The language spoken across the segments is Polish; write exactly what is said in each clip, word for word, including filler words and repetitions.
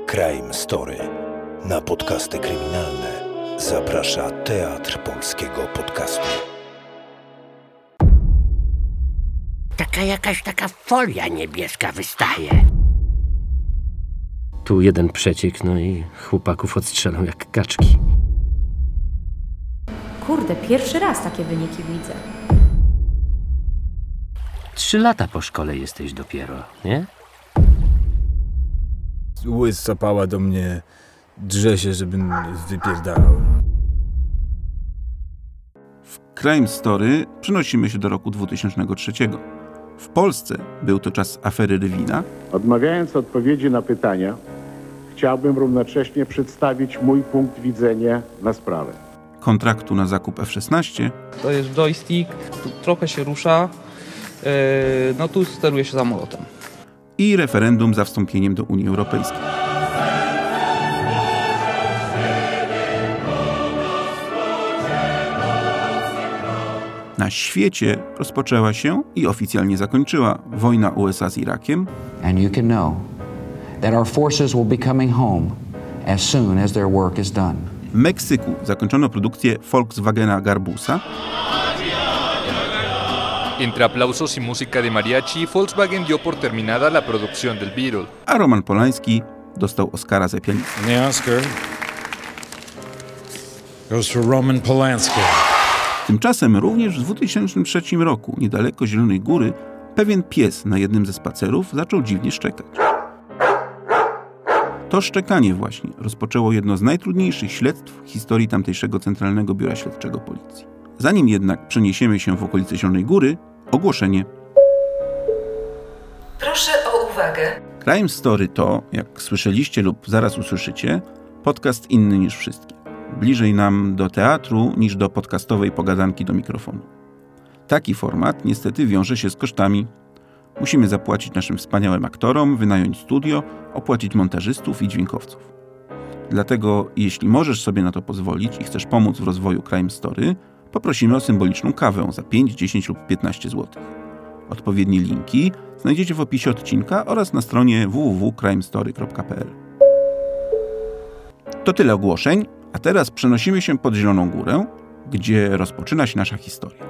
Crime Story. Na podcasty kryminalne zaprasza Teatr Polskiego Podcastu. Taka jakaś taka folia niebieska wystaje. Tu jeden przeciek, no i chłopaków odstrzelą jak kaczki. Kurde, pierwszy raz takie wyniki widzę. Trzy lata po szkole jesteś dopiero, nie? Łys zapała do mnie, drze się, żebym wypierdalał. W Crime Story przenosimy się do roku dwutysięcznego trzeciego. W Polsce był to czas afery Rywina. Odmawiając odpowiedzi na pytania, chciałbym równocześnie przedstawić mój punkt widzenia na sprawę. Kontraktu na zakup F szesnaście. To jest joystick, tu trochę się rusza, yy, no tu steruje się samolotem. I referendum za wstąpieniem do Unii Europejskiej. Na świecie rozpoczęła się i oficjalnie zakończyła wojna U S A z Irakiem. And you can know that our forces will be coming home as soon as their work is done. W Meksyku zakończono produkcję Volkswagena Garbusa. Entre aplausos y música de mariachi, Volkswagen dio por terminada la producción del Beetle. A Roman Polański dostał Oscara za pianistę. The Oscar goes to Roman Polanski. Tymczasem również w dwa tysiące trzecim roku, niedaleko Zielonej Góry, pewien pies na jednym ze spacerów zaczął dziwnie szczekać. To szczekanie właśnie rozpoczęło jedno z najtrudniejszych śledztw w historii tamtejszego Centralnego Biura Śledczego Policji. Zanim jednak przeniesiemy się w okolice Zielonej Góry, ogłoszenie. Proszę o uwagę. Crime Story to, jak słyszeliście lub zaraz usłyszycie, podcast inny niż wszystkie. Bliżej nam do teatru niż do podcastowej pogadanki do mikrofonu. Taki format niestety wiąże się z kosztami. Musimy zapłacić naszym wspaniałym aktorom, wynająć studio, opłacić montażystów i dźwiękowców. Dlatego, jeśli możesz sobie na to pozwolić i chcesz pomóc w rozwoju Crime Story, poprosimy o symboliczną kawę za pięć, dziesięć lub piętnaście złotych. Odpowiednie linki znajdziecie w opisie odcinka oraz na stronie w w w kropka crime story kropka p l. To tyle ogłoszeń, a teraz przenosimy się pod Zieloną Górę, gdzie rozpoczyna się nasza historia.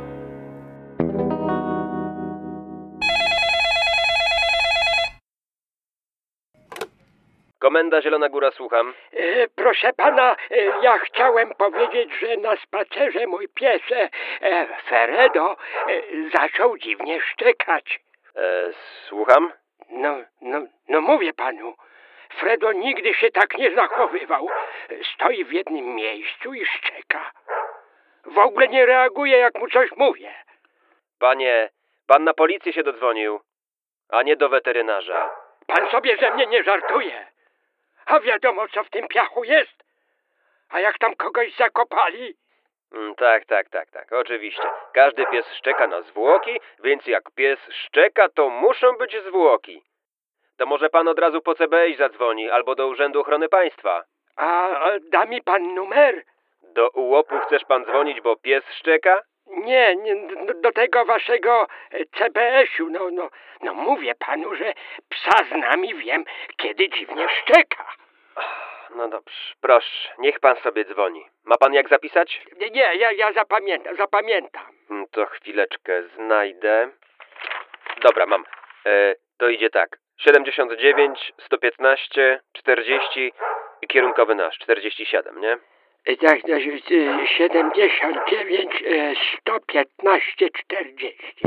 Komenda Zielona Góra, słucham. E, proszę pana, e, ja chciałem powiedzieć, że na spacerze mój pies e, e, Fredo e, zaczął dziwnie szczekać. E, słucham? No, no, no mówię panu. Fredo nigdy się tak nie zachowywał. Stoi w jednym miejscu i szczeka. W ogóle nie reaguje, jak mu coś mówię. Panie, pan na policję się dodzwonił, a nie do weterynarza. Pan sobie ze mnie nie żartuje. A wiadomo, co w tym piachu jest. A jak tam kogoś zakopali? Mm, tak, tak, tak, tak, oczywiście. Każdy pies szczeka na zwłoki, więc jak pies szczeka, to muszą być zwłoki. To może pan od razu po C B iść zadzwoni, albo do Urzędu Ochrony Państwa. A, a da mi pan numer? Do U O P-u chcesz pan dzwonić, bo pies szczeka? Nie, nie do, do tego waszego C B S-u. No, no, no mówię panu, że psa z nami wiem, kiedy dziwnie szczeka. No dobrze, proszę, niech pan sobie dzwoni. Ma pan jak zapisać? Nie, nie ja, ja zapamiętam, zapamiętam. To chwileczkę znajdę. Dobra, mam. E, to idzie tak. siedemdziesiąt dziewięć, sto piętnaście, czterdzieści i kierunkowy nasz, czterdzieści siedem, nie? Tak, siedemdziesiąt dziewięć, sto piętnaście, czterdzieści.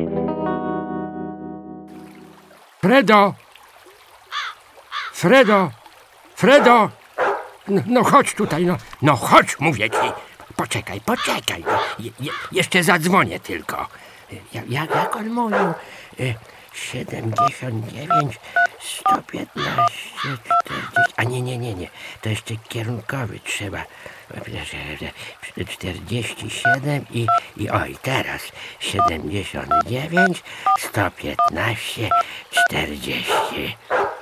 Fredo! Fredo! Fredo! No, no chodź tutaj, no, no chodź, mówię ci. Poczekaj, poczekaj. Je, je, jeszcze zadzwonię tylko. Ja, jak, jak on mówił? siedemdziesiąt dziewięć, sto piętnaście, czterdzieści. A nie, nie, nie, nie. To jeszcze kierunkowy trzeba. czterdzieści siedem i, i oj, teraz siedemdziesiąt dziewięć, sto piętnaście, czterdzieści.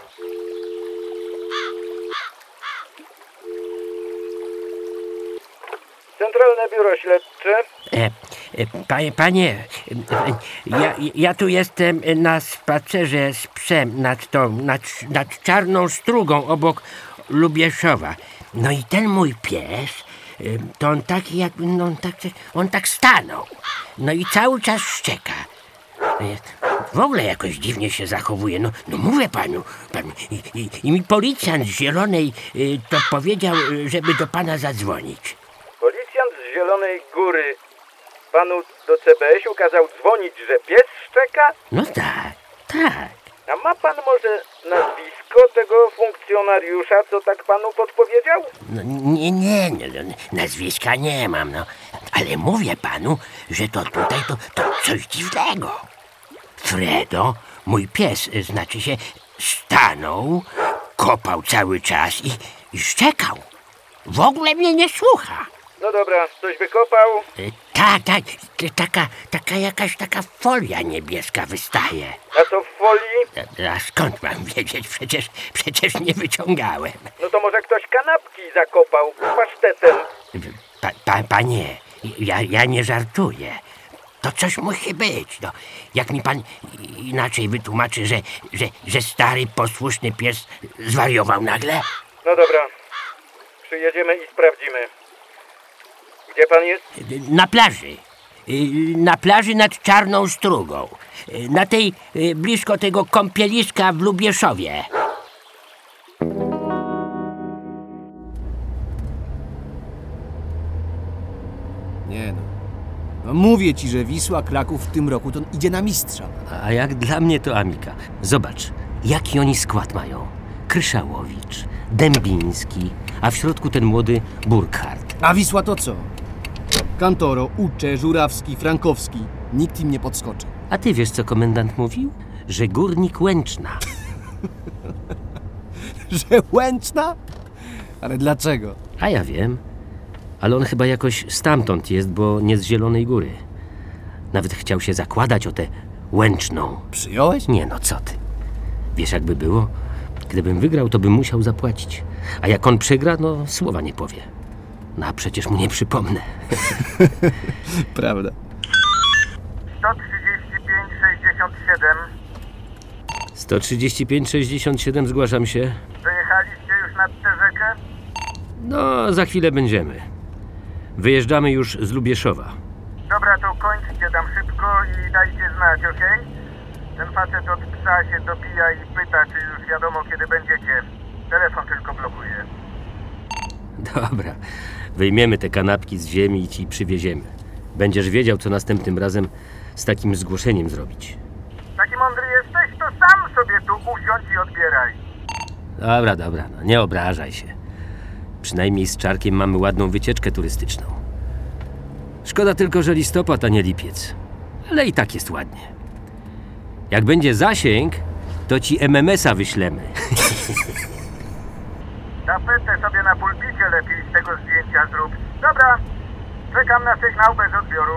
Centralne Biuro Śledcze. E, e, panie, panie e, ja, ja tu jestem na spacerze z psem nad tą, nad, nad Czarną Strugą, obok, Lubieszowa. No i ten mój pies, y, to on taki jak, no on tak, on tak stanął. No i cały czas szczeka. W ogóle jakoś dziwnie się zachowuje. No, no mówię panu, panu i, i, i mi policjant z Zielonej y, to powiedział, y, żeby do pana zadzwonić. Policjant z Zielonej Góry panu do C B S-u kazał dzwonić, że pies szczeka? No tak, tak. A ma pan może nazwisko tego funkcjonariusza, co tak panu podpowiedział? No, nie, nie, nie, no, nazwiska nie mam, no. Ale mówię panu, że to tutaj to, to coś dziwnego. Fredo, mój pies, znaczy się, stanął, kopał cały czas i, i szczekał. W ogóle mnie nie słucha. No dobra, coś wykopał? Y, tak, tak, t- taka, taka jakaś taka folia niebieska wystaje. A co w folii? A, a skąd mam wiedzieć? Przecież, przecież nie wyciągałem. No to może ktoś kanapki zakopał z pasztetem. Pa, pa, panie, ja, ja nie żartuję. To coś musi być. No, jak mi pan inaczej wytłumaczy, że, że, że stary, posłuszny pies zwariował nagle? No dobra, przyjedziemy i sprawdzimy. Gdzie pan jest? Na plaży. Na plaży nad Czarną Strugą. Na tej, blisko tego kąpieliska w Lubieszowie. Nie no. No mówię ci, że Wisła Kraków w tym roku to idzie na mistrza. A jak dla mnie to Amika. Zobacz, jaki oni skład mają. Kryszałowicz, Dębiński, a w środku ten młody Burkhardt. A Wisła to co? Kantoro, Ucze, Żurawski, Frankowski. Nikt im nie podskoczy. A ty wiesz, co komendant mówił? Że Górnik Łęczna. Że Łęczna? Ale dlaczego? A ja wiem. Ale on chyba jakoś stamtąd jest, bo nie z Zielonej Góry. Nawet chciał się zakładać o tę Łęczną. Przyjąłeś? Nie no, co ty. Wiesz, jakby było? Gdybym wygrał, to bym musiał zapłacić. A jak on przegra, no słowa nie powie. No a przecież mu nie przypomnę. Prawda. sto trzydzieści pięć sześćdziesiąt siedem. sto trzydzieści pięć sześćdziesiąt siedem, zgłaszam się. Wyjechaliście już nad tę rzekę? No, za chwilę będziemy. Wyjeżdżamy już z Lubieszowa. Dobra, to kończcie tam szybko i dajcie znać, okej? Ten facet od psa się dobija i pyta, czy już wiadomo, kiedy będziecie. Telefon tylko blokuje. Dobra, wyjmiemy te kanapki z ziemi i ci przywieziemy. Będziesz wiedział, co następnym razem z takim zgłoszeniem zrobić. Taki mądry jesteś, to sam sobie tu usiądź i odbieraj. Dobra, dobra, no nie obrażaj się. Przynajmniej z Czarkiem mamy ładną wycieczkę turystyczną. Szkoda tylko, że listopad, a nie lipiec. Ale i tak jest ładnie. Jak będzie zasięg, to ci M M S-a wyślemy. Tapetę sobie na pulpicie lepiej z tego zdjęcia zrób. Dobra, czekam na sygnał bez odbioru.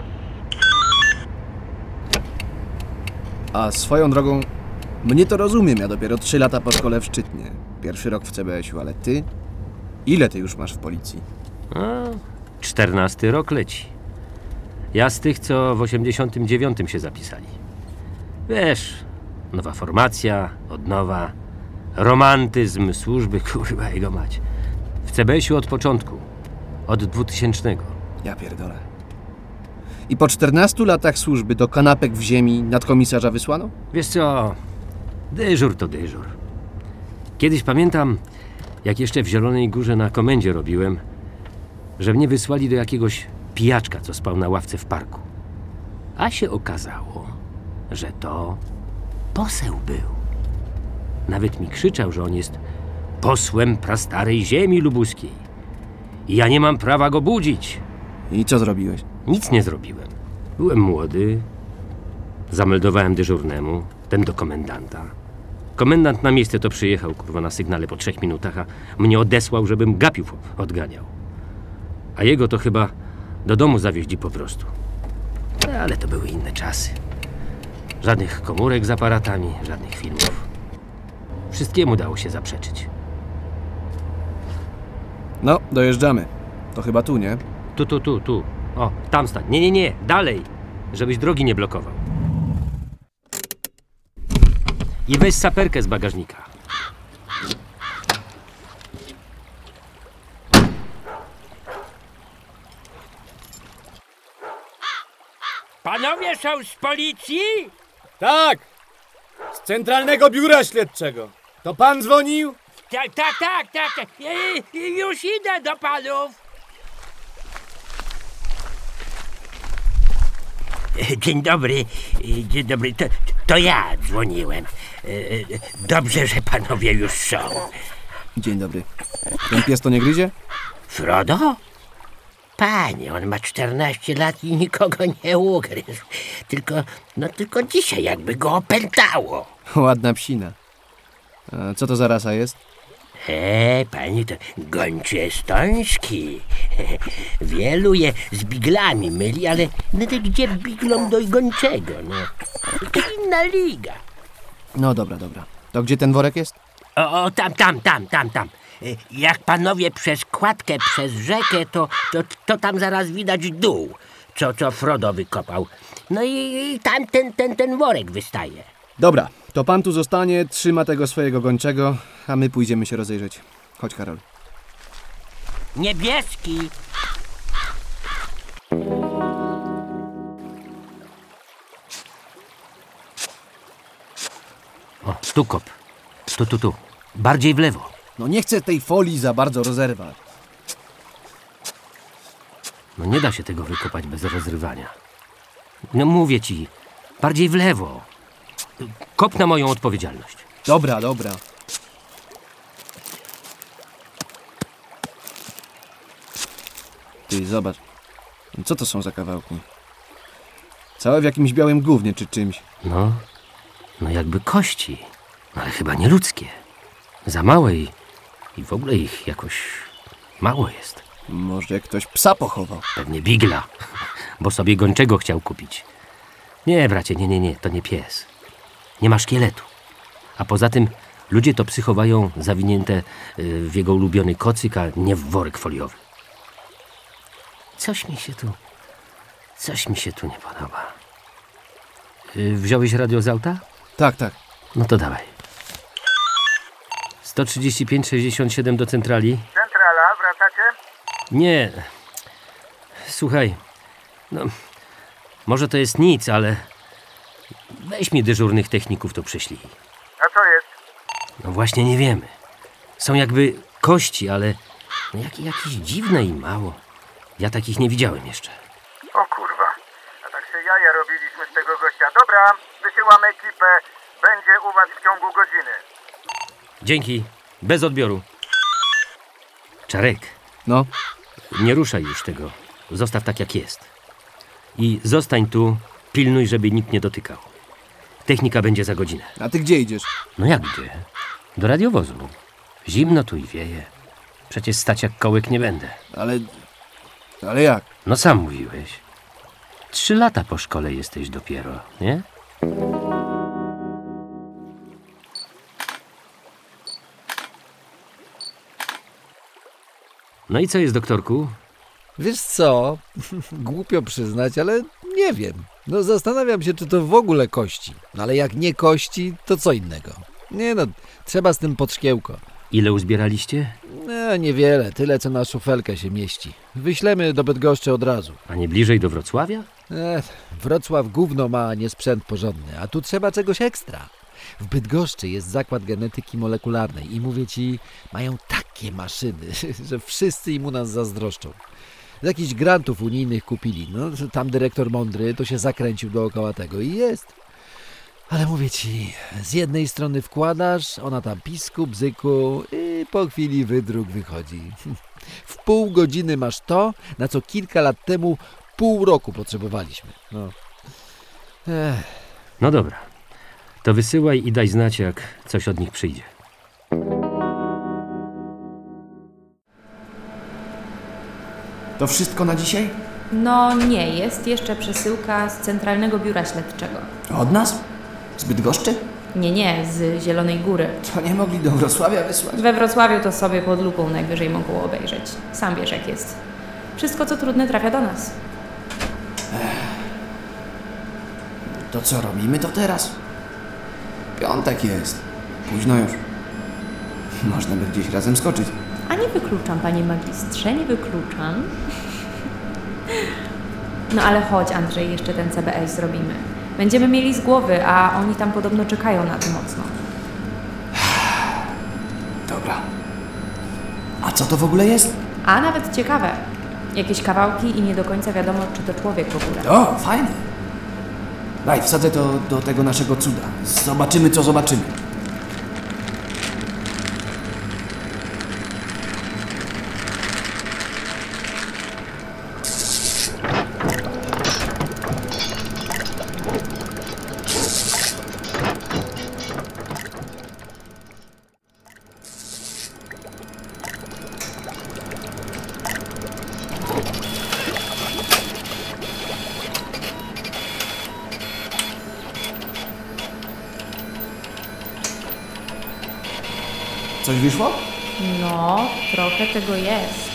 A swoją drogą, mnie to rozumiem, ja dopiero trzy lata po szkole w Szczytnie. Pierwszy rok w C B S-u, ale ty? Ile ty już masz w policji? A, czternasty rok leci. Ja z tych, co w osiemdziesiątym dziewiątym się zapisali. Wiesz, nowa formacja, odnowa, romantyzm służby, kurwa jego mać. W C B S-u od początku, od dwutysięcznego. Ja pierdolę. I po czternastu latach służby do kanapek w ziemi nadkomisarza wysłano? Wiesz co, dyżur to dyżur. Kiedyś pamiętam, jak jeszcze w Zielonej Górze na komendzie robiłem, że mnie wysłali do jakiegoś pijaczka, co spał na ławce w parku. A się okazało, że to poseł był. Nawet mi krzyczał, że on jest posłem prastarej ziemi lubuskiej. I ja nie mam prawa go budzić. I co zrobiłeś? Nic nie zrobiłem. Byłem młody. Zameldowałem dyżurnemu, ten do komendanta. Komendant na miejsce to przyjechał, kurwa, na sygnale po trzech minutach, a mnie odesłał, żebym gapiów odganiał. A jego to chyba do domu zawieźli po prostu. Ale to były inne czasy. Żadnych komórek z aparatami, żadnych filmów. Wszystkiemu dało się zaprzeczyć. No, dojeżdżamy. To chyba tu, nie? Tu, tu, tu, tu. O, tam stań. Nie, nie, nie. Dalej. Żebyś drogi nie blokował. I weź saperkę z bagażnika. są z policji? Tak! Z Centralnego Biura Śledczego. To pan dzwonił? Tak, tak, tak, tak. tak. E, już idę do panów. Dzień dobry, dzień dobry, to, to ja dzwoniłem. Dobrze, że panowie już są. Dzień dobry. Ten pies to nie gryzie? Frodo? Panie, on ma czternaście lat i nikogo nie ugryzł. Tylko, no tylko dzisiaj jakby go opętało. Ładna psina. A co to za rasa jest? E, panie, to gończy estoński. Wielu je z biglami myli, ale no to gdzie biglom do gończego, no. To inna liga. No dobra, dobra. To gdzie ten worek jest? O, o tam, tam, tam, tam, tam. Jak panowie przez kładkę, przez rzekę, to, to, to tam zaraz widać dół, co, co Frodo wykopał. No i, i tam ten, ten, ten worek wystaje. Dobra, to pan tu zostanie, trzyma tego swojego gończego, a my pójdziemy się rozejrzeć. Chodź, Karol. Niebieski. O, tu kop. Tu, tu, tu. Bardziej w lewo. No nie chcę tej folii za bardzo rozerwać. No nie da się tego wykopać bez rozrywania. No mówię ci, bardziej w lewo. Kop na moją odpowiedzialność. Dobra, dobra. Ty, zobacz. Co to są za kawałki? Całe w jakimś białym gównie czy czymś. No, no jakby kości. Ale chyba nie ludzkie. Za małe i, i w ogóle ich jakoś mało jest. Może ktoś psa pochował. Pewnie bigla, bo sobie gończego chciał kupić. Nie, bracie, nie, nie, nie, to nie pies. Nie ma szkieletu. A poza tym ludzie to psy chowają zawinięte w jego ulubiony kocyk, a nie w worek foliowy. Coś mi się tu... Coś mi się tu nie podoba. Wziąłeś radio z auta? Tak, tak. No to dawaj. sto trzydzieści pięć sześćdziesiąt siedem do centrali. Centrala, wracacie? Nie. Słuchaj, no może to jest nic, ale weź mi dyżurnych techników tu przyślij. A co jest? No właśnie nie wiemy. Są jakby kości, ale no jak, jakieś dziwne i mało. Ja takich nie widziałem jeszcze. O kurwa, a tak się jaja robiliśmy z tego gościa. Dobra, wysyłam ekipę. Będzie u was w ciągu godziny. Dzięki. Bez odbioru. Czarek. No? Nie ruszaj już tego. Zostaw tak jak jest. I zostań tu, pilnuj, żeby nikt nie dotykał. Technika będzie za godzinę. A ty gdzie idziesz? No jak gdzie? Do radiowozu. Zimno tu i wieje. Przecież stać jak kołek nie będę. Ale... Ale jak? No sam mówiłeś. Trzy lata po szkole jesteś dopiero, nie? No i co jest, doktorku? Wiesz co, głupio przyznać, ale nie wiem. No zastanawiam się, czy to w ogóle kości. No ale jak nie kości, to co innego. Nie no, trzeba z tym pod szkiełko. Ile uzbieraliście? No niewiele, tyle co na szufelkę się mieści. Wyślemy do Bydgoszczy od razu. A nie bliżej do Wrocławia? Ech, Wrocław gówno ma, a nie sprzęt porządny, a tu trzeba czegoś ekstra. W Bydgoszczy jest zakład genetyki molekularnej i mówię ci, mają takie maszyny, że wszyscy im u nas zazdroszczą. Z jakichś grantów unijnych kupili, no tam dyrektor mądry to się zakręcił dookoła tego i jest. Ale mówię ci, z jednej strony wkładasz, ona tam pisku, bzyku i po chwili wydruk wychodzi. W pół godziny masz to, na co kilka lat temu pół roku potrzebowaliśmy. No, Ech. No dobra. To wysyłaj i daj znać, jak coś od nich przyjdzie. To wszystko na dzisiaj? No nie, jest jeszcze przesyłka z Centralnego Biura Śledczego. Od nas? Z Bydgoszczy? Nie, nie, z Zielonej Góry. To nie mogli do Wrocławia wysłać? We Wrocławiu to sobie pod lupą najwyżej mogą obejrzeć. Sam wiesz jak jest. Wszystko co trudne trafia do nas. Ech. To co robimy to teraz? Piątek jest. Późno już. Można by gdzieś razem skoczyć. A nie wykluczam, panie magistrze, nie wykluczam. No ale chodź, Andrzej, jeszcze ten C B S zrobimy. Będziemy mieli z głowy, a oni tam podobno czekają na to mocno. Dobra. A co to w ogóle jest? A nawet ciekawe. Jakieś kawałki i nie do końca wiadomo, czy to człowiek w ogóle. O, fajne. Daj, wsadzę to do tego naszego cuda. Zobaczymy, co zobaczymy. Coś wyszło? No, trochę tego jest.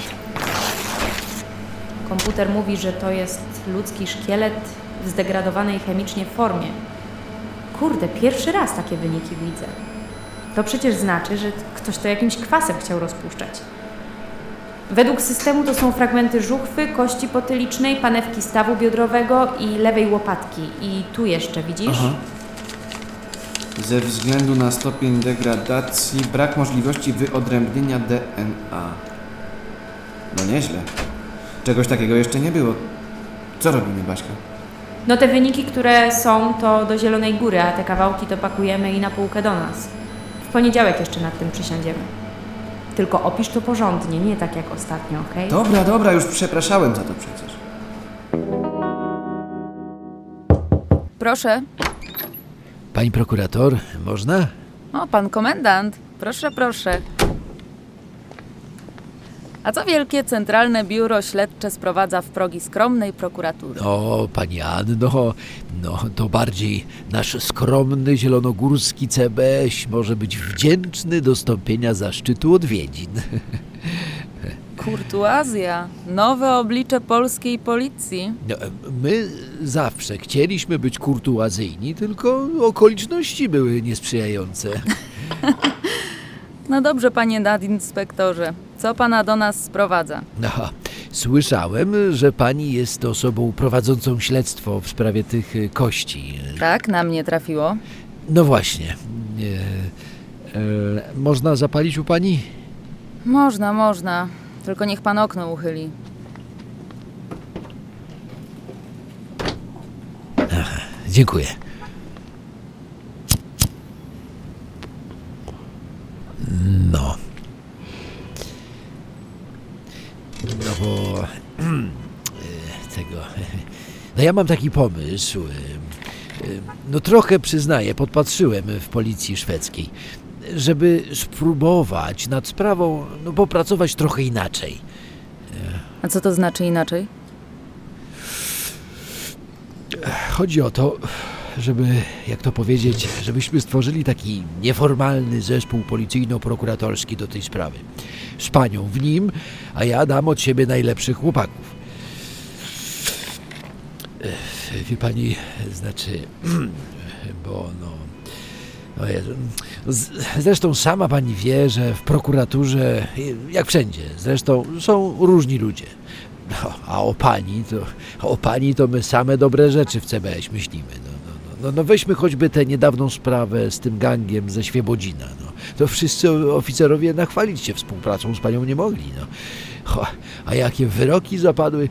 Komputer mówi, że to jest ludzki szkielet w zdegradowanej chemicznie formie. Kurde, pierwszy raz takie wyniki widzę. To przecież znaczy, że ktoś to jakimś kwasem chciał rozpuszczać. Według systemu to są fragmenty żuchwy, kości potylicznej, panewki stawu biodrowego i lewej łopatki. I tu jeszcze, widzisz? Aha. Ze względu na stopień degradacji brak możliwości wyodrębnienia D N A. No nieźle. Czegoś takiego jeszcze nie było. Co robimy, Baśka? No te wyniki, które są, to do Zielonej Góry, a te kawałki to pakujemy i na półkę do nas. W poniedziałek jeszcze nad tym przysiądziemy. Tylko opisz to porządnie, nie tak jak ostatnio, okej? Okay? Dobra, dobra, już przepraszałem za to przecież. Proszę. Pani prokurator, można? O, pan komendant. Proszę, proszę. A co wielkie Centralne Biuro Śledcze sprowadza w progi skromnej prokuratury? O, pani Anno, no to bardziej nasz skromny zielonogórski C B S może być wdzięczny dostąpienia zaszczytu odwiedzin. Kurtuazja. Nowe oblicze polskiej policji. No, my zawsze chcieliśmy być kurtuazyjni, tylko okoliczności były niesprzyjające. No dobrze, panie nadinspektorze. Co pana do nas sprowadza? No, słyszałem, że pani jest osobą prowadzącą śledztwo w sprawie tych kości. Tak, na mnie trafiło. No właśnie. E, e, można zapalić u pani? Można, można. Tylko niech pan okno uchyli. Aha, dziękuję. No. No bo... tego... No ja mam taki pomysł. No trochę przyznaję, podpatrzyłem w policji szwedzkiej, żeby spróbować nad sprawą no, popracować trochę inaczej. A co to znaczy inaczej? Chodzi o to, żeby, jak to powiedzieć, żebyśmy stworzyli taki nieformalny zespół policyjno-prokuratorski do tej sprawy. Z panią w nim, a ja dam od siebie najlepszych chłopaków. Wie pani, znaczy, bo no... O Jezu. Zresztą sama pani wie, że w prokuraturze, jak wszędzie, zresztą są różni ludzie. No, a o pani to, o pani to my same dobre rzeczy w C B S myślimy. No, no, no, no weźmy choćby tę niedawną sprawę z tym gangiem ze Świebodzina. No. To wszyscy oficerowie nachwalić się współpracą z panią nie mogli. No. O, a jakie wyroki zapadły?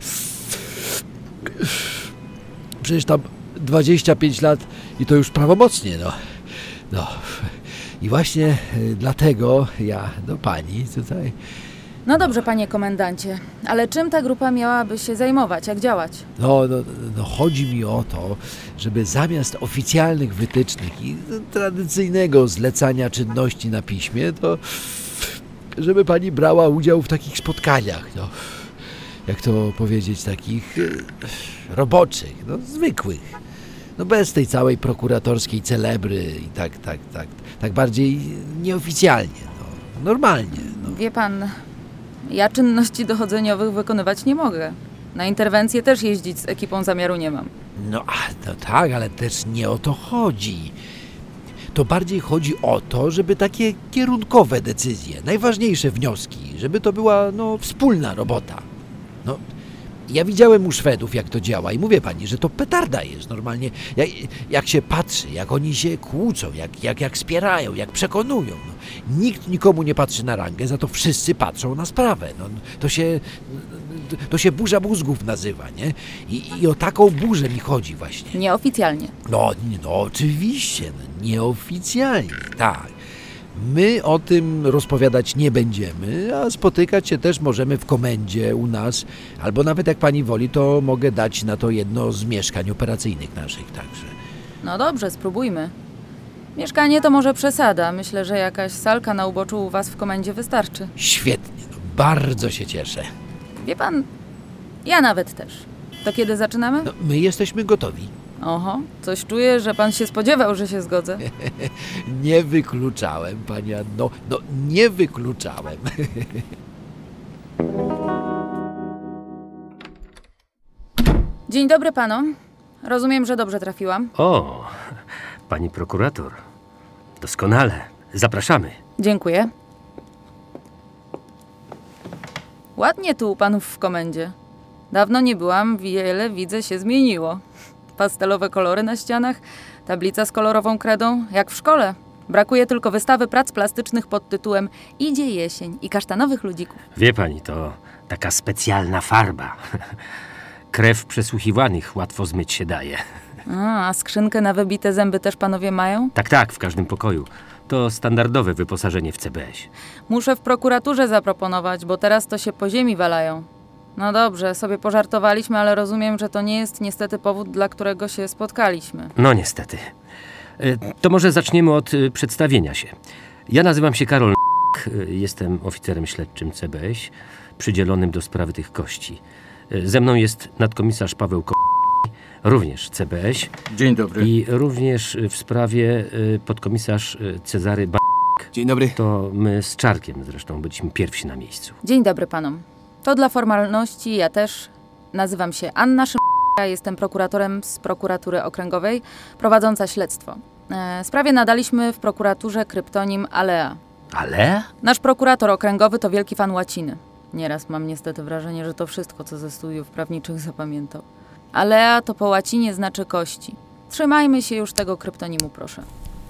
Przecież tam dwadzieścia pięć lat i to już prawomocnie, no. No i właśnie dlatego ja do pani tutaj... No dobrze, panie komendancie, ale czym ta grupa miałaby się zajmować, jak działać? No, no, no chodzi mi o to, żeby zamiast oficjalnych wytycznych i tradycyjnego zlecania czynności na piśmie, to żeby pani brała udział w takich spotkaniach, no, jak to powiedzieć, takich roboczych, no zwykłych. No bez tej całej prokuratorskiej celebry i tak, tak, tak, tak bardziej nieoficjalnie, no, normalnie. No. Wie pan, ja czynności dochodzeniowych wykonywać nie mogę. Na interwencję też jeździć z ekipą zamiaru nie mam. No, no tak, ale też nie o to chodzi. To bardziej chodzi o to, żeby takie kierunkowe decyzje, najważniejsze wnioski, żeby to była no, wspólna robota. No, Ja widziałem u Szwedów, jak to działa i mówię pani, że to petarda jest normalnie. Jak, jak się patrzy, jak oni się kłócą, jak, jak, jak spierają, jak przekonują. No. Nikt nikomu nie patrzy na rangę, za to wszyscy patrzą na sprawę. No, to się... To się burza mózgów nazywa, nie? I, I o taką burzę mi chodzi właśnie. Nieoficjalnie. No, no oczywiście, no, nieoficjalnie, tak. My o tym rozpowiadać nie będziemy, a spotykać się też możemy w komendzie u nas, albo nawet jak pani woli, to mogę dać na to jedno z mieszkań operacyjnych naszych także. No dobrze, spróbujmy. Mieszkanie to może przesada. Myślę, że jakaś salka na uboczu u was w komendzie wystarczy. Świetnie, no, bardzo się cieszę. Wie pan, ja nawet też. To kiedy zaczynamy? No, my jesteśmy gotowi. Oho, coś czuję, że pan się spodziewał, że się zgodzę. Nie wykluczałem, pani Anno, no nie wykluczałem. Dzień dobry panom. Rozumiem, że dobrze trafiłam. O, pani prokurator. Doskonale. Zapraszamy. Dziękuję. Ładnie tu u panów w komendzie. Dawno nie byłam, wiele widzę się zmieniło. Pastelowe kolory na ścianach, tablica z kolorową kredą, jak w szkole. Brakuje tylko wystawy prac plastycznych pod tytułem Idzie jesień i kasztanowych ludzików. Wie pani, to taka specjalna farba. Krew przesłuchiwanych łatwo zmyć się daje. A, a skrzynkę na wybite zęby też panowie mają? Tak, tak, w każdym pokoju. To standardowe wyposażenie w C B S. Muszę w prokuraturze zaproponować, bo teraz to się po ziemi walają. No dobrze, sobie pożartowaliśmy, ale rozumiem, że to nie jest niestety powód, dla którego się spotkaliśmy. No niestety. To może zaczniemy od przedstawienia się. Ja nazywam się Karol. Jestem oficerem śledczym C B S, przydzielonym do sprawy tych kości. Ze mną jest nadkomisarz Paweł Ko... również C B S. Dzień dobry. I również w sprawie podkomisarz Cezary Ba... Dzień dobry. To my z Czarkiem zresztą byliśmy pierwsi na miejscu. Dzień dobry panom. To dla formalności ja też. Nazywam się Anna Szymka, jestem prokuratorem z prokuratury okręgowej, prowadząca śledztwo. E, sprawie nadaliśmy w prokuraturze kryptonim Alea. Alea? Nasz prokurator okręgowy to wielki fan łaciny. Nieraz mam niestety wrażenie, że to wszystko, co ze studiów prawniczych zapamiętał. Alea to po łacinie znaczy kości. Trzymajmy się już tego kryptonimu, proszę.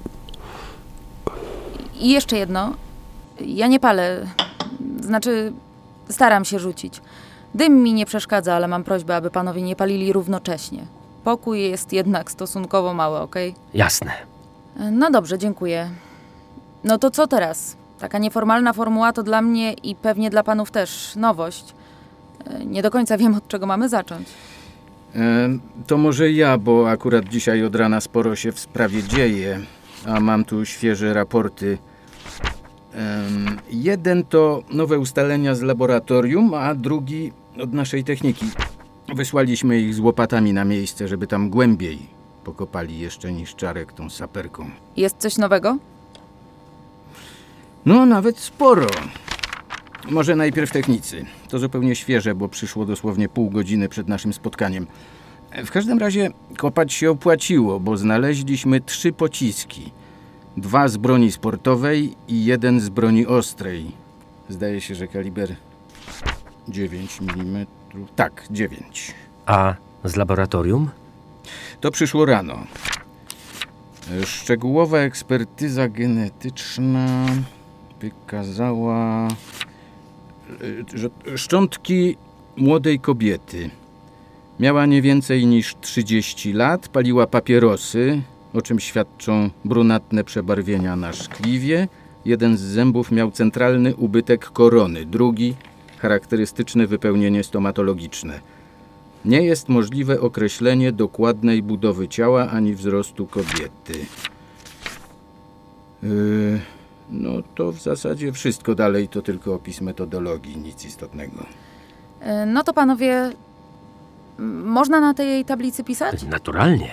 I jeszcze jedno. Ja nie palę. Znaczy, staram się rzucić. Dym mi nie przeszkadza, ale mam prośbę, aby panowie nie palili równocześnie. Pokój jest jednak stosunkowo mały, okej? Jasne. No dobrze, dziękuję. No to co teraz? Taka nieformalna formuła to dla mnie i pewnie dla panów też nowość. Nie do końca wiem, od czego mamy zacząć. E, to może ja, bo akurat dzisiaj od rana sporo się w sprawie dzieje, a mam tu świeże raporty. E, jeden to nowe ustalenia z laboratorium, a drugi od naszej techniki. Wysłaliśmy ich z łopatami na miejsce, żeby tam głębiej pokopali jeszcze niż Czarek tą saperką. Jest coś nowego? No, nawet sporo. Może najpierw technicy. To zupełnie świeże, bo przyszło dosłownie pół godziny przed naszym spotkaniem. W każdym razie kopać się opłaciło, bo znaleźliśmy trzy pociski. Dwa z broni sportowej i jeden z broni ostrej. Zdaje się, że kaliber dziewięć milimetrów. Tak, dziewięć. A z laboratorium? To przyszło rano. Szczegółowa ekspertyza genetyczna wykazała, że szczątki młodej kobiety. Miała nie więcej niż trzydzieści lat, paliła papierosy, o czym świadczą brunatne przebarwienia na szkliwie. Jeden z zębów miał centralny ubytek korony, drugi charakterystyczne wypełnienie stomatologiczne. Nie jest możliwe określenie dokładnej budowy ciała ani wzrostu kobiety. Yy, no to w zasadzie wszystko, dalej to tylko opis metodologii, nic istotnego. No to panowie, można na tej tablicy pisać? Naturalnie.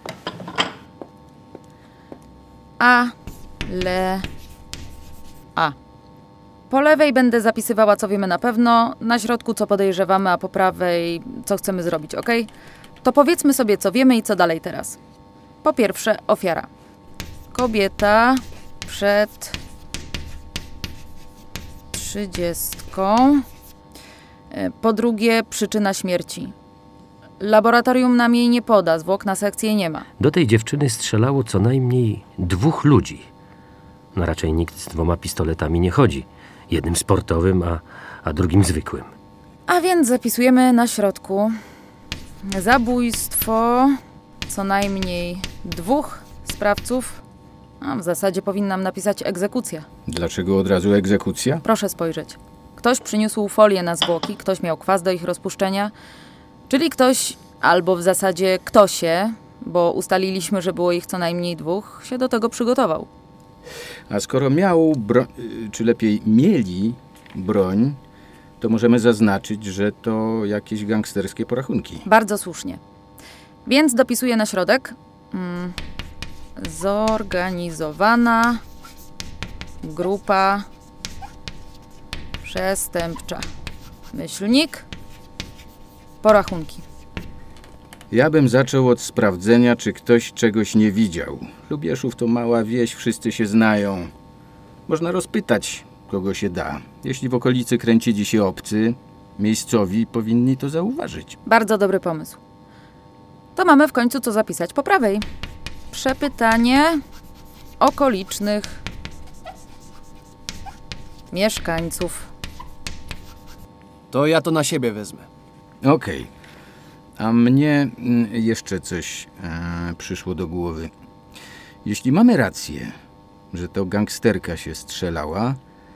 A, le, a. Po lewej będę zapisywała, co wiemy na pewno, na środku, co podejrzewamy, a po prawej, co chcemy zrobić, ok? To powiedzmy sobie, co wiemy i co dalej teraz. Po pierwsze, ofiara. Kobieta przed trzydziestką. Po drugie, przyczyna śmierci. Laboratorium nam jej nie poda, zwłok na sekcję nie ma. Do tej dziewczyny strzelało co najmniej dwóch ludzi. No raczej nikt z dwoma pistoletami nie chodzi. Jednym sportowym, a, a drugim zwykłym. A więc zapisujemy na środku zabójstwo co najmniej dwóch sprawców. A w zasadzie powinnam napisać egzekucja. Dlaczego od razu egzekucja? Proszę spojrzeć. Ktoś przyniósł folię na zwłoki, ktoś miał kwas do ich rozpuszczenia, czyli ktoś, albo w zasadzie ktosie, bo ustaliliśmy, że było ich co najmniej dwóch, się do tego przygotował. A skoro miał broń, czy lepiej mieli broń, to możemy zaznaczyć, że to jakieś gangsterskie porachunki. Bardzo słusznie. Więc dopisuję na środek. Mm, zorganizowana grupa przestępcza. Myślnik. Porachunki. Ja bym zaczął od sprawdzenia, czy ktoś czegoś nie widział. Lubieszów to mała wieś, wszyscy się znają. Można rozpytać, kogo się da. Jeśli w okolicy kręcili się obcy, miejscowi powinni to zauważyć. Bardzo dobry pomysł. To mamy w końcu co zapisać po prawej. Przepytanie okolicznych mieszkańców. To ja to na siebie wezmę. Okej. Okay. A mnie jeszcze coś e, przyszło do głowy. Jeśli mamy rację, że to gangsterka się strzelała,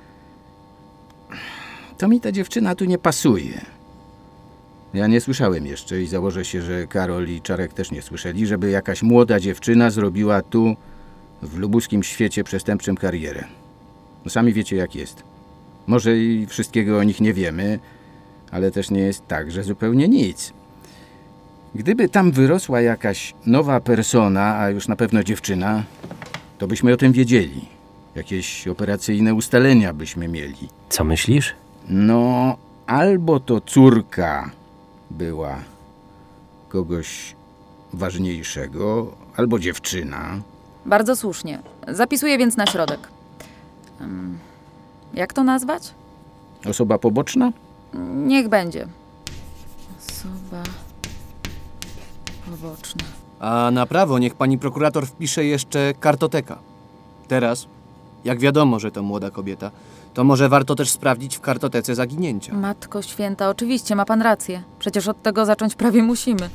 to mi ta dziewczyna tu nie pasuje. Ja nie słyszałem jeszcze i założę się, że Karol i Czarek też nie słyszeli, żeby jakaś młoda dziewczyna zrobiła tu, w lubuskim świecie przestępczym, karierę. No sami wiecie, jak jest. Może i wszystkiego o nich nie wiemy, ale też nie jest tak, że zupełnie nic. Gdyby tam wyrosła jakaś nowa persona, a już na pewno dziewczyna, to byśmy o tym wiedzieli. Jakieś operacyjne ustalenia byśmy mieli. Co myślisz? No, albo to córka była kogoś ważniejszego, albo dziewczyna. Bardzo słusznie. Zapisuję więc na środek. Um, jak to nazwać? Osoba poboczna? Niech będzie. Osoba poboczna. A na prawo niech pani prokurator wpisze jeszcze kartoteka. Teraz, jak wiadomo, że to młoda kobieta, to może warto też sprawdzić w kartotece zaginięcia. Matko święta, oczywiście, ma pan rację. Przecież od tego zacząć prawie musimy.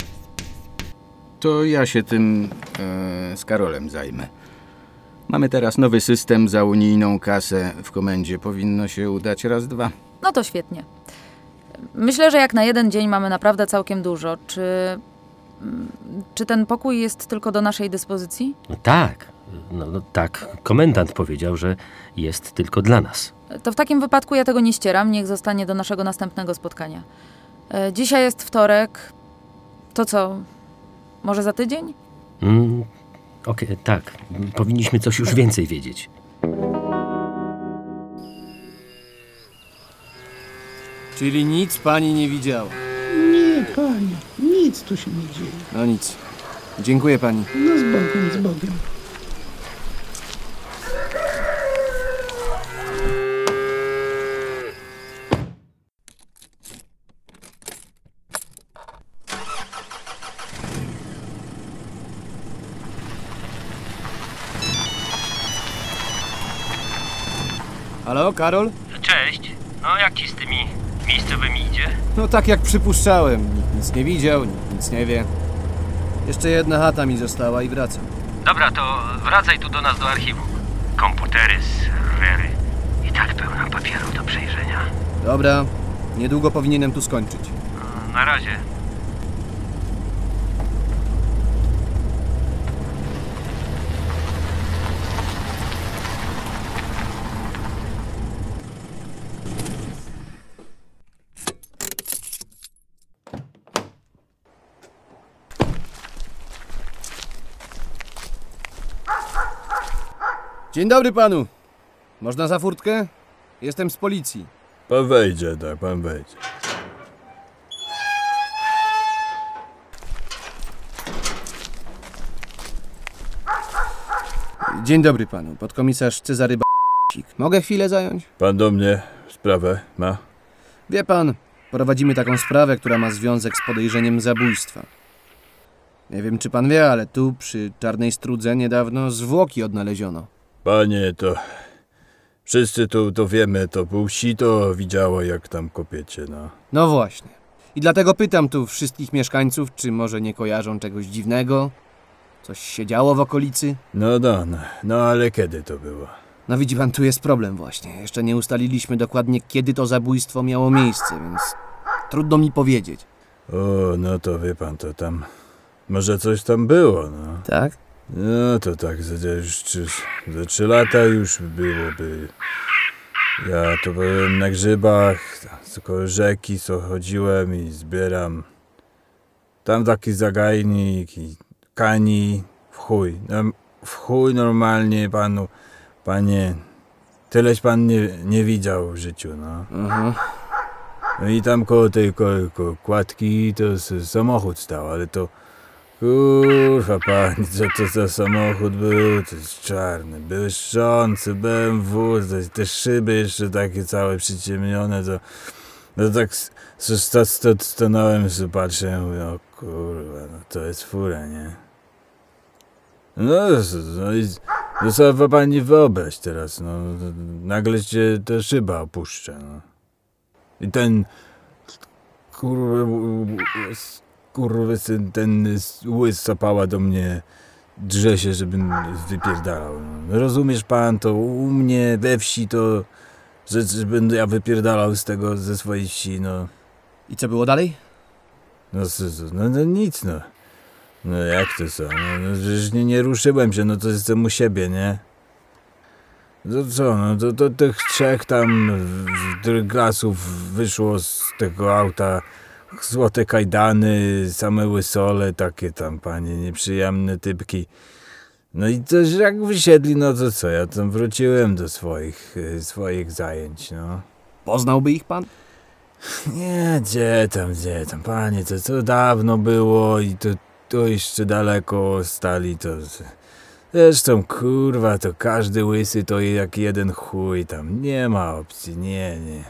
To ja się tym e, z Karolem zajmę. Mamy teraz nowy system za unijną kasę w komendzie. Powinno się udać raz, dwa. No to świetnie. Myślę, że jak na jeden dzień mamy naprawdę całkiem dużo. Czy, czy ten pokój jest tylko do naszej dyspozycji? No tak. No, no tak. Komendant powiedział, że jest tylko dla nas. To w takim wypadku ja tego nie ścieram. Niech zostanie do naszego następnego spotkania. Dzisiaj jest wtorek. To co? Może za tydzień? Mm, Okej, okay, tak. Powinniśmy coś już więcej wiedzieć. Czyli nic pani nie widziała? Nie, panie. Nic tu się nie dzieje. No nic. Dziękuję pani. No z Bogiem, z Bogiem. Halo, Karol? Cześć. No jak ci z tymi miejscowymi idzie? No tak jak przypuszczałem. Nikt nic nie widział, nikt nic nie wie. Jeszcze jedna chata mi została i wracam. Dobra, to wracaj tu do nas do archiwum. Komputery, serwery i tak pełno papierów do przejrzenia. Dobra, niedługo powinienem tu skończyć. Na razie. Dzień dobry panu. Można za furtkę? Jestem z policji. Pan wejdzie, tak, pan wejdzie. Dzień dobry panu. Podkomisarz Cezary B***sik. Mogę chwilę zająć? Pan do mnie sprawę ma? Wie pan, Prowadzimy taką sprawę, która ma związek z podejrzeniem zabójstwa. Nie wiem, czy pan wie, ale tu, przy Czarnej Strudze, niedawno zwłoki odnaleziono. Panie, to... Wszyscy tu to wiemy, to pół sito widziało, jak tam kopiecie, no. No właśnie. I dlatego pytam tu wszystkich mieszkańców, czy może nie kojarzą czegoś dziwnego? Coś się działo w okolicy? No, no, no, no ale kiedy to było? No widzi pan, tu jest problem właśnie. Jeszcze nie ustaliliśmy dokładnie, kiedy to zabójstwo miało miejsce, więc trudno mi powiedzieć. O, no to wie pan, to tam... Może coś tam było, no. Tak? No to tak, za, już, za trzy lata już byłoby. Ja to byłem na grzybach, z koło rzeki, co chodziłem i zbieram. Tam taki zagajnik i kani, w chuj. W chuj normalnie panu, panie, tyleś pan nie, nie widział w życiu, no. Mhm. No i tam koło tej koło, koło kładki to samochód stał, ale to kurwa pani, co to za samochód był? To jest czarny, błyszczący B M W, te szyby jeszcze takie całe przyciemnione, to, to tak stanąłem, że patrzę, mówię, o kurwa, no to jest fura, nie? No, no i to sobie pani wyobraź teraz, no, nagle cię ta szyba opuszcza, no. I ten kurwa, kurwa, ten łys zapała do mnie, drze się, żebym wypierdalał. No, rozumiesz pan, to u mnie we wsi to, że, że będę ja wypierdalał z tego, ze swojej wsi, no. I co było dalej? No, no, no nic, no. No jak to co? No, no przecież nie, nie ruszyłem się, no to jestem u siebie, nie? No co, no to, to tych trzech tam drgasów wyszło z tego auta, złote kajdany, same łysole, takie tam, panie, nieprzyjemne typki. No i też jak wysiedli, no to co, ja tam wróciłem do swoich, swoich zajęć, no. Poznałby ich pan? Nie, gdzie tam, gdzie tam, panie, to co dawno było i to, to jeszcze daleko stali, to... Zresztą, kurwa, to każdy łysy to jak jeden chuj tam, nie ma opcji, nie, nie.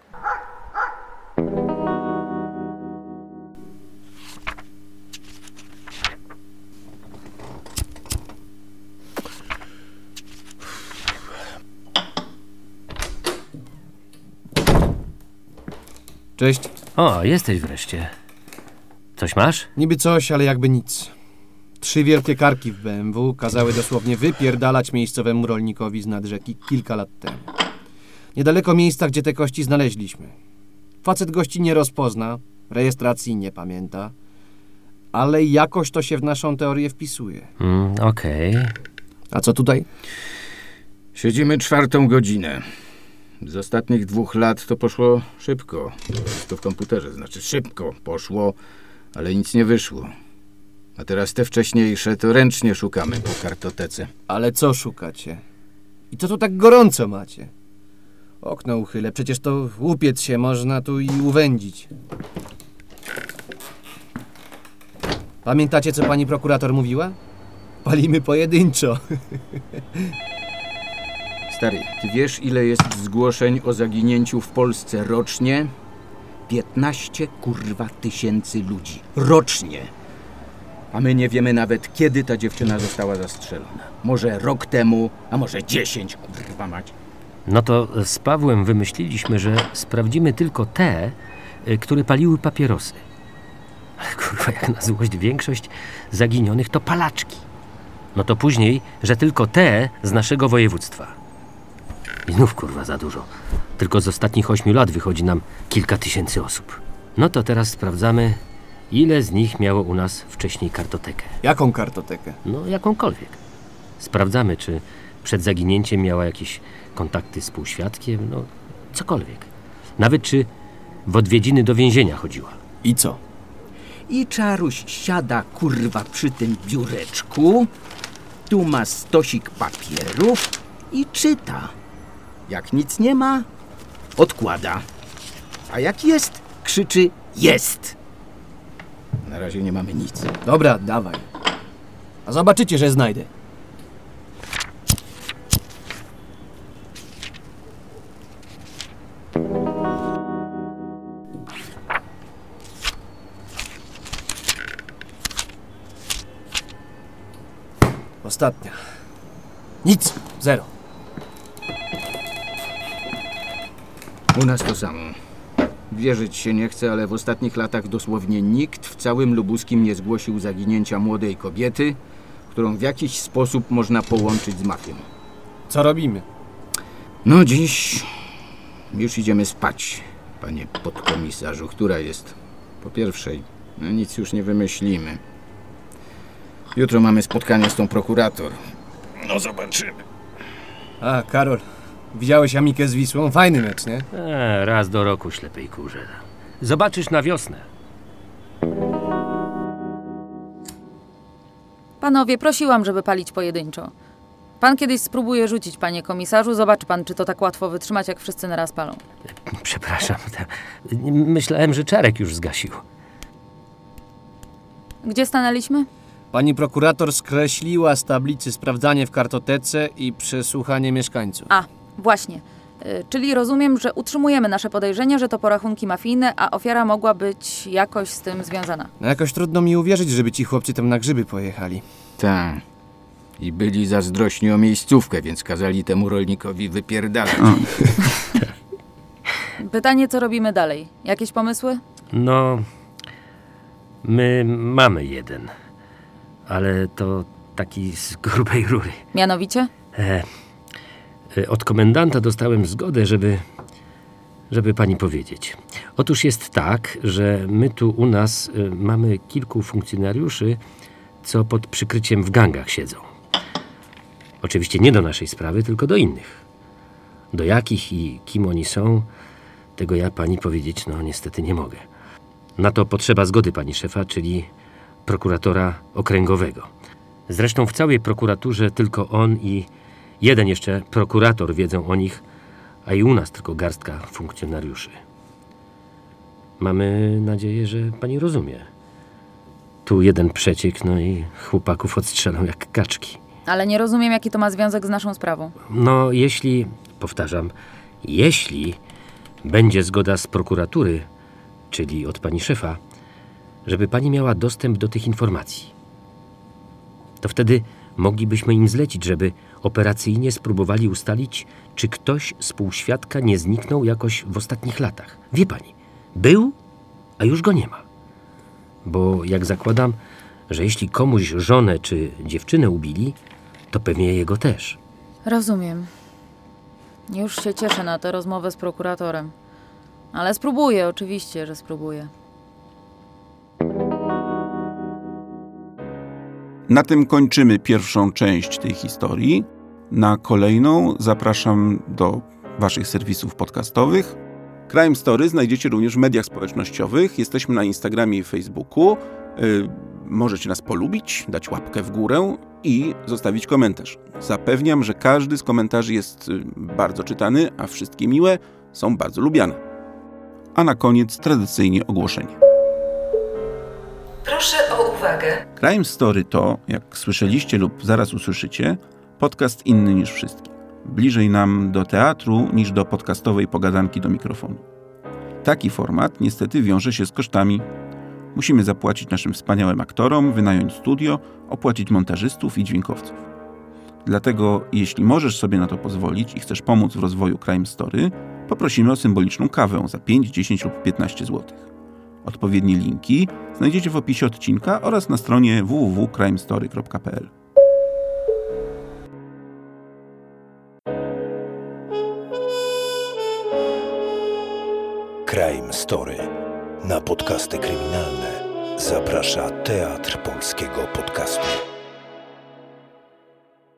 Cześć. O, jesteś wreszcie. Coś masz? Niby coś, ale jakby nic. Trzy wielkie karki w B M W kazały dosłownie wypierdalać miejscowemu rolnikowi z nad rzeki kilka lat temu. Niedaleko miejsca, gdzie te kości znaleźliśmy. Facet gości nie rozpozna, rejestracji nie pamięta, ale jakoś to się w naszą teorię wpisuje. Mm, okej. Okay. A co tutaj? Siedzimy czwartą godzinę. Z ostatnich dwóch lat to poszło szybko. To w komputerze, znaczy szybko poszło, ale nic nie wyszło. A teraz te wcześniejsze to ręcznie szukamy po kartotece. Ale co szukacie? I co tu tak gorąco macie? Okno uchylę, przecież to upiec się można tu i uwędzić. Pamiętacie, co pani prokurator mówiła? Palimy pojedynczo. Stary, ty wiesz, ile jest zgłoszeń o zaginięciu w Polsce rocznie? piętnaście kurwa tysięcy ludzi. Rocznie. A my nie wiemy nawet, kiedy ta dziewczyna została zastrzelona. Może rok temu, a może dziesięć, kurwa mać. No to z Pawłem wymyśliliśmy, że sprawdzimy tylko te, które paliły papierosy. Ale kurwa, jak na złość większość zaginionych to palaczki. No to później, że tylko te z naszego województwa. I znów kurwa za dużo. Tylko z ostatnich ośmiu lat wychodzi nam kilka tysięcy osób. No to teraz sprawdzamy, ile z nich miało u nas wcześniej kartotekę. Jaką kartotekę? No jakąkolwiek. Sprawdzamy, czy przed zaginięciem miała jakieś kontakty z półświadkiem, no cokolwiek. Nawet czy w odwiedziny do więzienia chodziła. I co? I Czaruś siada kurwa przy tym biureczku, tu ma stosik papierów i czyta. Jak nic nie ma, odkłada. A jak jest, krzyczy jest. Na razie nie mamy nic. Dobra, dawaj. A zobaczycie, że znajdę. ostatnia. Nic, zero. U nas to samo. Wierzyć się nie chce, ale w ostatnich latach dosłownie nikt w całym Lubuskim nie zgłosił zaginięcia młodej kobiety, którą w jakiś sposób można połączyć z mafią. Co robimy? No dziś już idziemy spać, panie podkomisarzu. Która jest? Po pierwszej. No nic już nie wymyślimy. Jutro mamy spotkanie z tą prokurator. No zobaczymy. A, Karol, widziałeś Amikę z Wisłą? Fajny mecz, nie? E, raz do roku, ślepej kurze. Zobaczysz na wiosnę. Panowie, prosiłam, żeby palić pojedynczo. Pan kiedyś spróbuje rzucić, panie komisarzu. Zobaczy pan, czy to tak łatwo wytrzymać, jak wszyscy naraz palą. Przepraszam. Myślałem, że Czarek już zgasił. Gdzie stanęliśmy? Pani prokurator skreśliła z tablicy sprawdzanie w kartotece i przesłuchanie mieszkańców. A, właśnie. Y, czyli rozumiem, że utrzymujemy nasze podejrzenie, że to porachunki mafijne, a ofiara mogła być jakoś z tym związana. No jakoś trudno mi uwierzyć, żeby ci chłopcy tam na grzyby pojechali. Tak. I byli zazdrośni o miejscówkę, więc kazali temu rolnikowi wypierdalać. Pytanie, co robimy dalej? Jakieś pomysły? No, my mamy jeden, ale to taki z grubej rury. Mianowicie? E, e, od komendanta dostałem zgodę, żeby, żeby pani powiedzieć. Otóż jest tak, że my tu u nas e, mamy kilku funkcjonariuszy, co pod przykryciem w gangach siedzą. Oczywiście nie do naszej sprawy, tylko do innych. Do jakich i kim oni są, tego ja pani powiedzieć, no niestety nie mogę. Na to potrzeba zgody pani szefa, czyli prokuratora okręgowego. Zresztą w całej prokuraturze tylko on i jeden jeszcze prokurator wiedzą o nich, a i u nas tylko garstka funkcjonariuszy. Mamy nadzieję, że pani rozumie. Tu jeden przeciek, no i chłopaków odstrzelą jak kaczki. Ale nie rozumiem, jaki to ma związek z naszą sprawą. No, jeśli, powtarzam, jeśli będzie zgoda z prokuratury, czyli od pani szefa, żeby pani miała dostęp do tych informacji, to wtedy moglibyśmy im zlecić, żeby operacyjnie spróbowali ustalić, czy ktoś z półświadka nie zniknął jakoś w ostatnich latach. Wie pani, był, a już go nie ma. Bo jak zakładam, że jeśli komuś żonę czy dziewczynę ubili, to pewnie jego też. Rozumiem. Już się cieszę na tę rozmowę z prokuratorem. Ale spróbuję, oczywiście, że spróbuję. Na tym kończymy pierwszą część tej historii. Na kolejną zapraszam do waszych serwisów podcastowych. Crime Story znajdziecie również w mediach społecznościowych. Jesteśmy na Instagramie i Facebooku. Yy, możecie nas polubić, dać łapkę w górę i zostawić komentarz. Zapewniam, że każdy z komentarzy jest bardzo czytany, a wszystkie miłe są bardzo lubiane. A na koniec tradycyjnie ogłoszenie. Proszę o uwagę. Crime Story to, jak słyszeliście lub zaraz usłyszycie, podcast inny niż wszystkie. Bliżej nam do teatru niż do podcastowej pogadanki do mikrofonu. Taki format niestety wiąże się z kosztami. Musimy zapłacić naszym wspaniałym aktorom, wynająć studio, opłacić montażystów i dźwiękowców. Dlatego, jeśli możesz sobie na to pozwolić i chcesz pomóc w rozwoju Crime Story, poprosimy o symboliczną kawę za pięć, dziesięć lub piętnaście złotych. Odpowiednie linki znajdziecie w opisie odcinka oraz na stronie w w w kropka crime story kropka p l. Crime Story. Na podcasty kryminalne zaprasza Teatr Polskiego Podcastu.